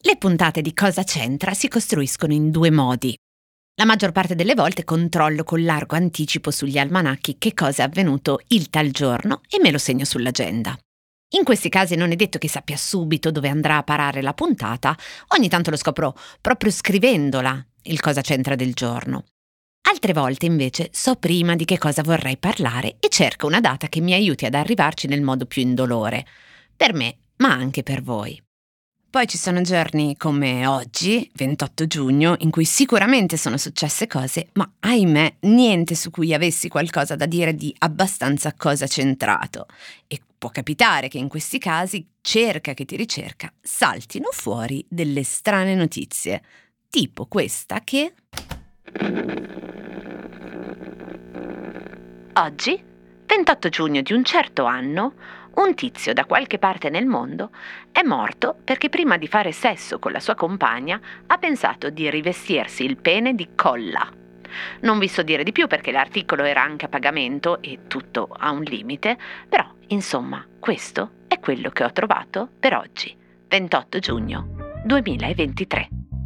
Le puntate di Cosa c'entra si costruiscono in due modi. La maggior parte delle volte controllo con largo anticipo sugli almanacchi che cosa è avvenuto il tal giorno e me lo segno sull'agenda. In questi casi non è detto che sappia subito dove andrà a parare la puntata, ogni tanto lo scopro proprio scrivendola, il Cosa c'entra del giorno. Altre volte invece so prima di che cosa vorrei parlare e cerco una data che mi aiuti ad arrivarci nel modo più indolore, per me ma anche per voi. Poi ci sono giorni come oggi, 28 giugno, in cui sicuramente sono successe cose, ma ahimè niente su cui avessi qualcosa da dire di abbastanza cosa centrato. E può capitare che in questi casi, cerca che ti ricerca, saltino fuori delle strane notizie, tipo questa che... Oggi, 28 giugno di un certo anno, un tizio da qualche parte nel mondo è morto perché prima di fare sesso con la sua compagna ha pensato di rivestirsi il pene di colla. Non vi so dire di più perché l'articolo era anche a pagamento e tutto ha un limite, però insomma questo è quello che ho trovato per oggi, 28 giugno 2023.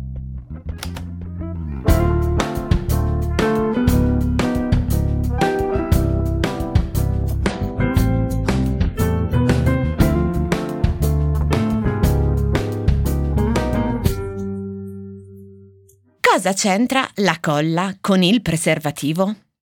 Cosa c'entra la colla con il preservativo?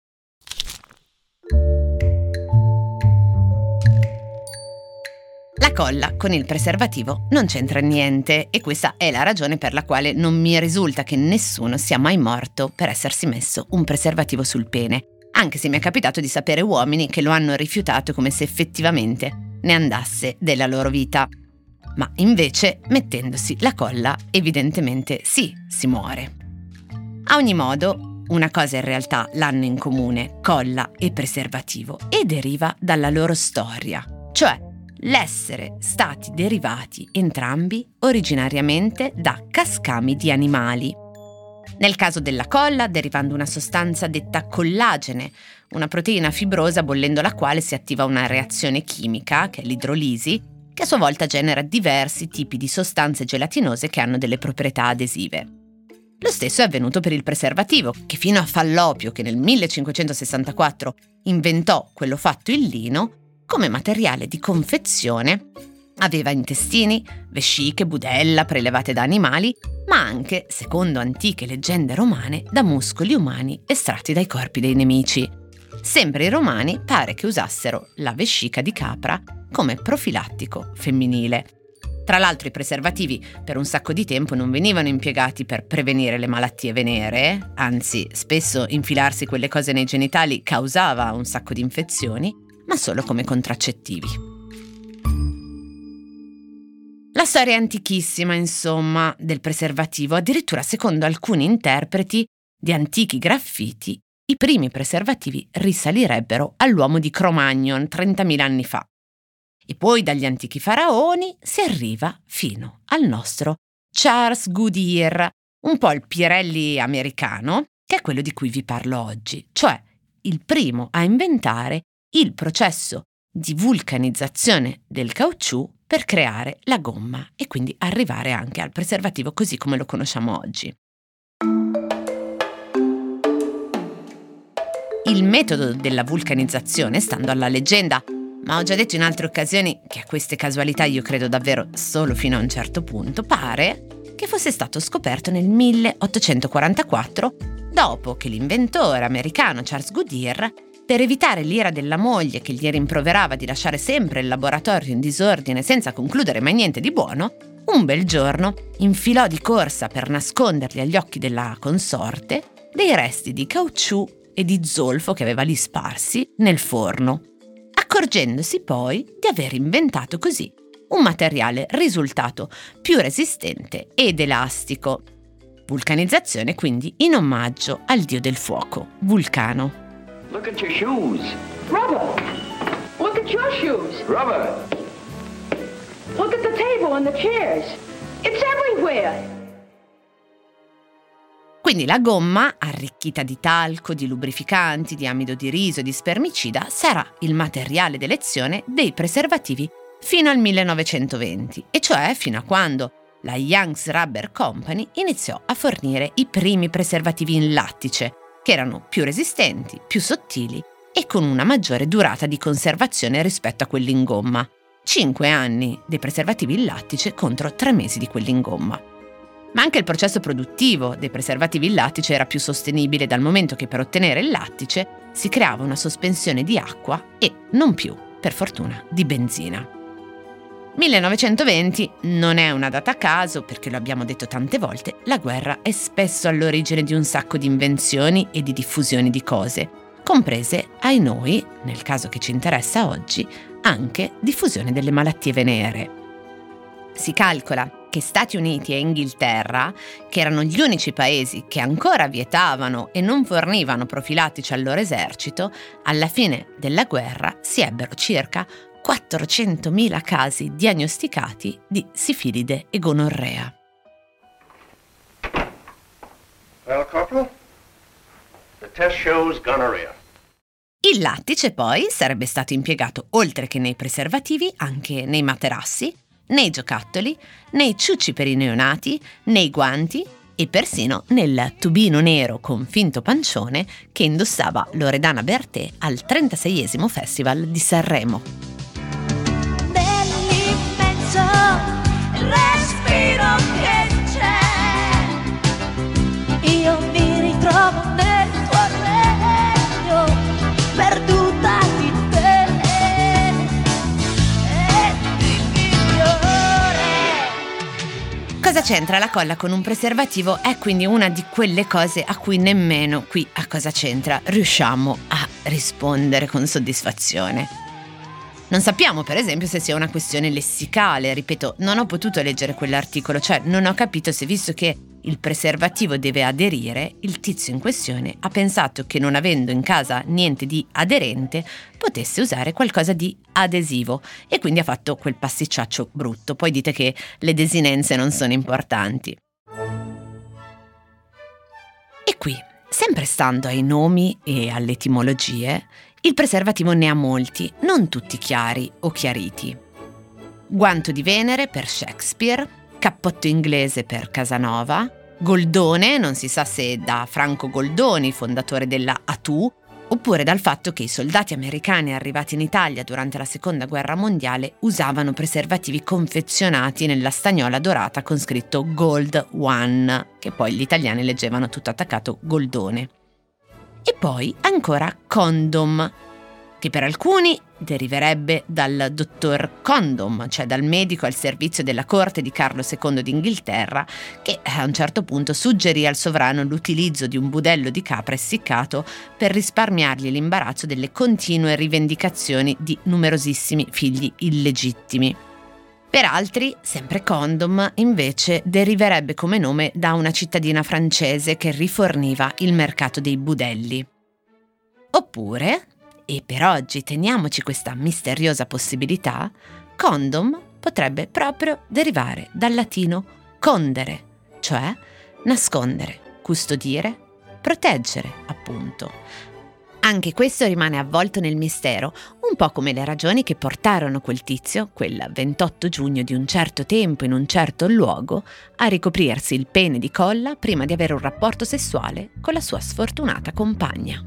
La colla con il preservativo non c'entra niente e questa è la ragione per la quale non mi risulta che nessuno sia mai morto per essersi messo un preservativo sul pene, anche se mi è capitato di sapere uomini che lo hanno rifiutato come se effettivamente ne andasse della loro vita. Ma invece, mettendosi la colla, evidentemente sì, si muore. A ogni modo, una cosa in realtà l'hanno in comune, colla e preservativo, e deriva dalla loro storia, cioè l'essere stati derivati entrambi originariamente da cascami di animali. Nel caso della colla, derivando una sostanza detta collagene, una proteina fibrosa bollendo la quale si attiva una reazione chimica, che è l'idrolisi, che a sua volta genera diversi tipi di sostanze gelatinose che hanno delle proprietà adesive. Lo stesso è avvenuto per il preservativo, che fino a Fallopio, che nel 1564 inventò quello fatto in lino, come materiale di confezione aveva intestini, vesciche, budella prelevate da animali, ma anche, secondo antiche leggende romane, da muscoli umani estratti dai corpi dei nemici. Sempre i romani pare che usassero la vescica di capra come profilattico femminile. Tra l'altro i preservativi per un sacco di tempo non venivano impiegati per prevenire le malattie venere, anzi spesso infilarsi quelle cose nei genitali causava un sacco di infezioni, ma solo come contraccettivi. La storia è antichissima, insomma, del preservativo, addirittura secondo alcuni interpreti di antichi graffiti, i primi preservativi risalirebbero all'uomo di Cro-Magnon 30.000 anni fa. E poi dagli antichi faraoni si arriva fino al nostro Charles Goodyear, un po' il Pirelli americano, che è quello di cui vi parlo oggi, cioè il primo a inventare il processo di vulcanizzazione del caucciù per creare la gomma e quindi arrivare anche al preservativo così come lo conosciamo oggi. Il metodo della vulcanizzazione, stando alla leggenda, ma ho già detto in altre occasioni che a queste casualità io credo davvero solo fino a un certo punto, pare che fosse stato scoperto nel 1844 dopo che l'inventore americano Charles Goodyear, per evitare l'ira della moglie che gli rimproverava di lasciare sempre il laboratorio in disordine senza concludere mai niente di buono, un bel giorno infilò di corsa per nasconderli agli occhi della consorte dei resti di caucciù e di zolfo che aveva lì sparsi nel forno, accorgendosi poi di aver inventato così un materiale risultato più resistente ed elastico. Vulcanizzazione quindi in omaggio al dio del fuoco, Vulcano. Look at your shoes. Rubber. Look at your shoes. Rubber. Look at the table and the chairs. It's everywhere. Quindi la gomma, arricchita di talco, di lubrificanti, di amido di riso e di spermicida, sarà il materiale d'elezione dei preservativi fino al 1920, e cioè fino a quando, la Young's Rubber Company iniziò a fornire i primi preservativi in lattice, che erano più resistenti, più sottili e con una maggiore durata di conservazione rispetto a quelli in gomma. 5 anni dei preservativi in lattice contro 3 mesi di quelli in gomma. Ma anche il processo produttivo dei preservativi in lattice era più sostenibile, dal momento che per ottenere il lattice si creava una sospensione di acqua e non più, per fortuna, di benzina. 1920 non è una data a caso, perché lo abbiamo detto tante volte, la guerra è spesso all'origine di un sacco di invenzioni e di diffusioni di cose, comprese, ai noi, nel caso che ci interessa oggi, anche diffusione delle malattie venere. Si calcola che Stati Uniti e Inghilterra, che erano gli unici paesi che ancora vietavano e non fornivano profilattici al loro esercito, alla fine della guerra si ebbero circa 400.000 casi diagnosticati di sifilide e gonorrea. Well, Corporal, the test shows gonorrhea. Il lattice poi sarebbe stato impiegato, oltre che nei preservativi, anche nei materassi, nei giocattoli, nei ciucci per i neonati, nei guanti e persino nel tubino nero con finto pancione che indossava Loredana Bertè al 36esimo Festival di Sanremo. Nell'immenso respiro che c'è, io mi ritrovo nel tuo regno, perduta di te e di migliore. Cosa c'entra la colla con un preservativo? È quindi una di quelle cose a cui nemmeno qui a Cosa c'entra riusciamo a rispondere con soddisfazione. Non sappiamo, per esempio, se sia una questione lessicale. Ripeto, non ho potuto leggere quell'articolo, cioè non ho capito se, visto che il preservativo deve aderire, il tizio in questione ha pensato che, non avendo in casa niente di aderente, potesse usare qualcosa di adesivo e quindi ha fatto quel pasticciaccio brutto. Poi dite che le desinenze non sono importanti. E qui, sempre stando ai nomi e alle etimologie, il preservativo ne ha molti, non tutti chiari o chiariti. Guanto di Venere per Shakespeare, cappotto inglese per Casanova, goldone, non si sa se da Franco Goldoni, fondatore della ATU, oppure dal fatto che i soldati americani arrivati in Italia durante la Seconda Guerra Mondiale usavano preservativi confezionati nella stagnola dorata con scritto Gold One, che poi gli italiani leggevano tutto attaccato Goldone. E poi ancora condom, che per alcuni deriverebbe dal dottor Condom, cioè dal medico al servizio della corte di Carlo II d'Inghilterra, che a un certo punto suggerì al sovrano l'utilizzo di un budello di capra essiccato per risparmiargli l'imbarazzo delle continue rivendicazioni di numerosissimi figli illegittimi. Per altri, sempre condom, invece, deriverebbe come nome da una cittadina francese che riforniva il mercato dei budelli. Oppure, e per oggi teniamoci questa misteriosa possibilità, condom potrebbe proprio derivare dal latino condere, cioè nascondere, custodire, proteggere, appunto. Anche questo rimane avvolto nel mistero, un po' come le ragioni che portarono quel tizio, quel 28 giugno di un certo tempo in un certo luogo, a ricoprirsi il pene di colla prima di avere un rapporto sessuale con la sua sfortunata compagna.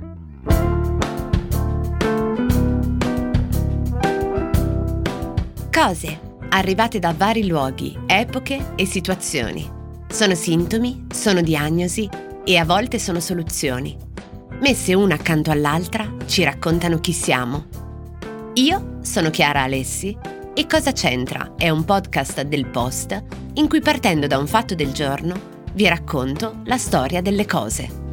Cose arrivate da vari luoghi, epoche e situazioni. Sono sintomi, sono diagnosi e a volte sono soluzioni. Messe una accanto all'altra, ci raccontano chi siamo. Io sono Chiara Alessi e Cosa c'entra è un podcast del Post in cui, partendo da un fatto del giorno, vi racconto la storia delle cose.